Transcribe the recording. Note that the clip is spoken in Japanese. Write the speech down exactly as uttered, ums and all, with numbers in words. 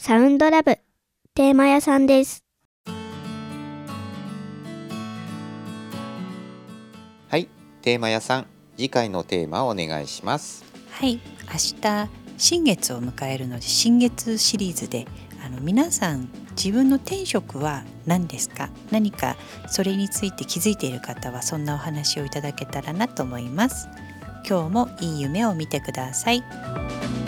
サウンドラブテーマ屋さんです。 はい、テーマ屋さん、次回のテーマをお願いします。 はい、明日新月を迎えるので、新月シリーズであの皆さん自分の天職は何ですか？何かそれについて気づいている方はそんなお話をいただけたらなと思います。今日もいい夢を見てください。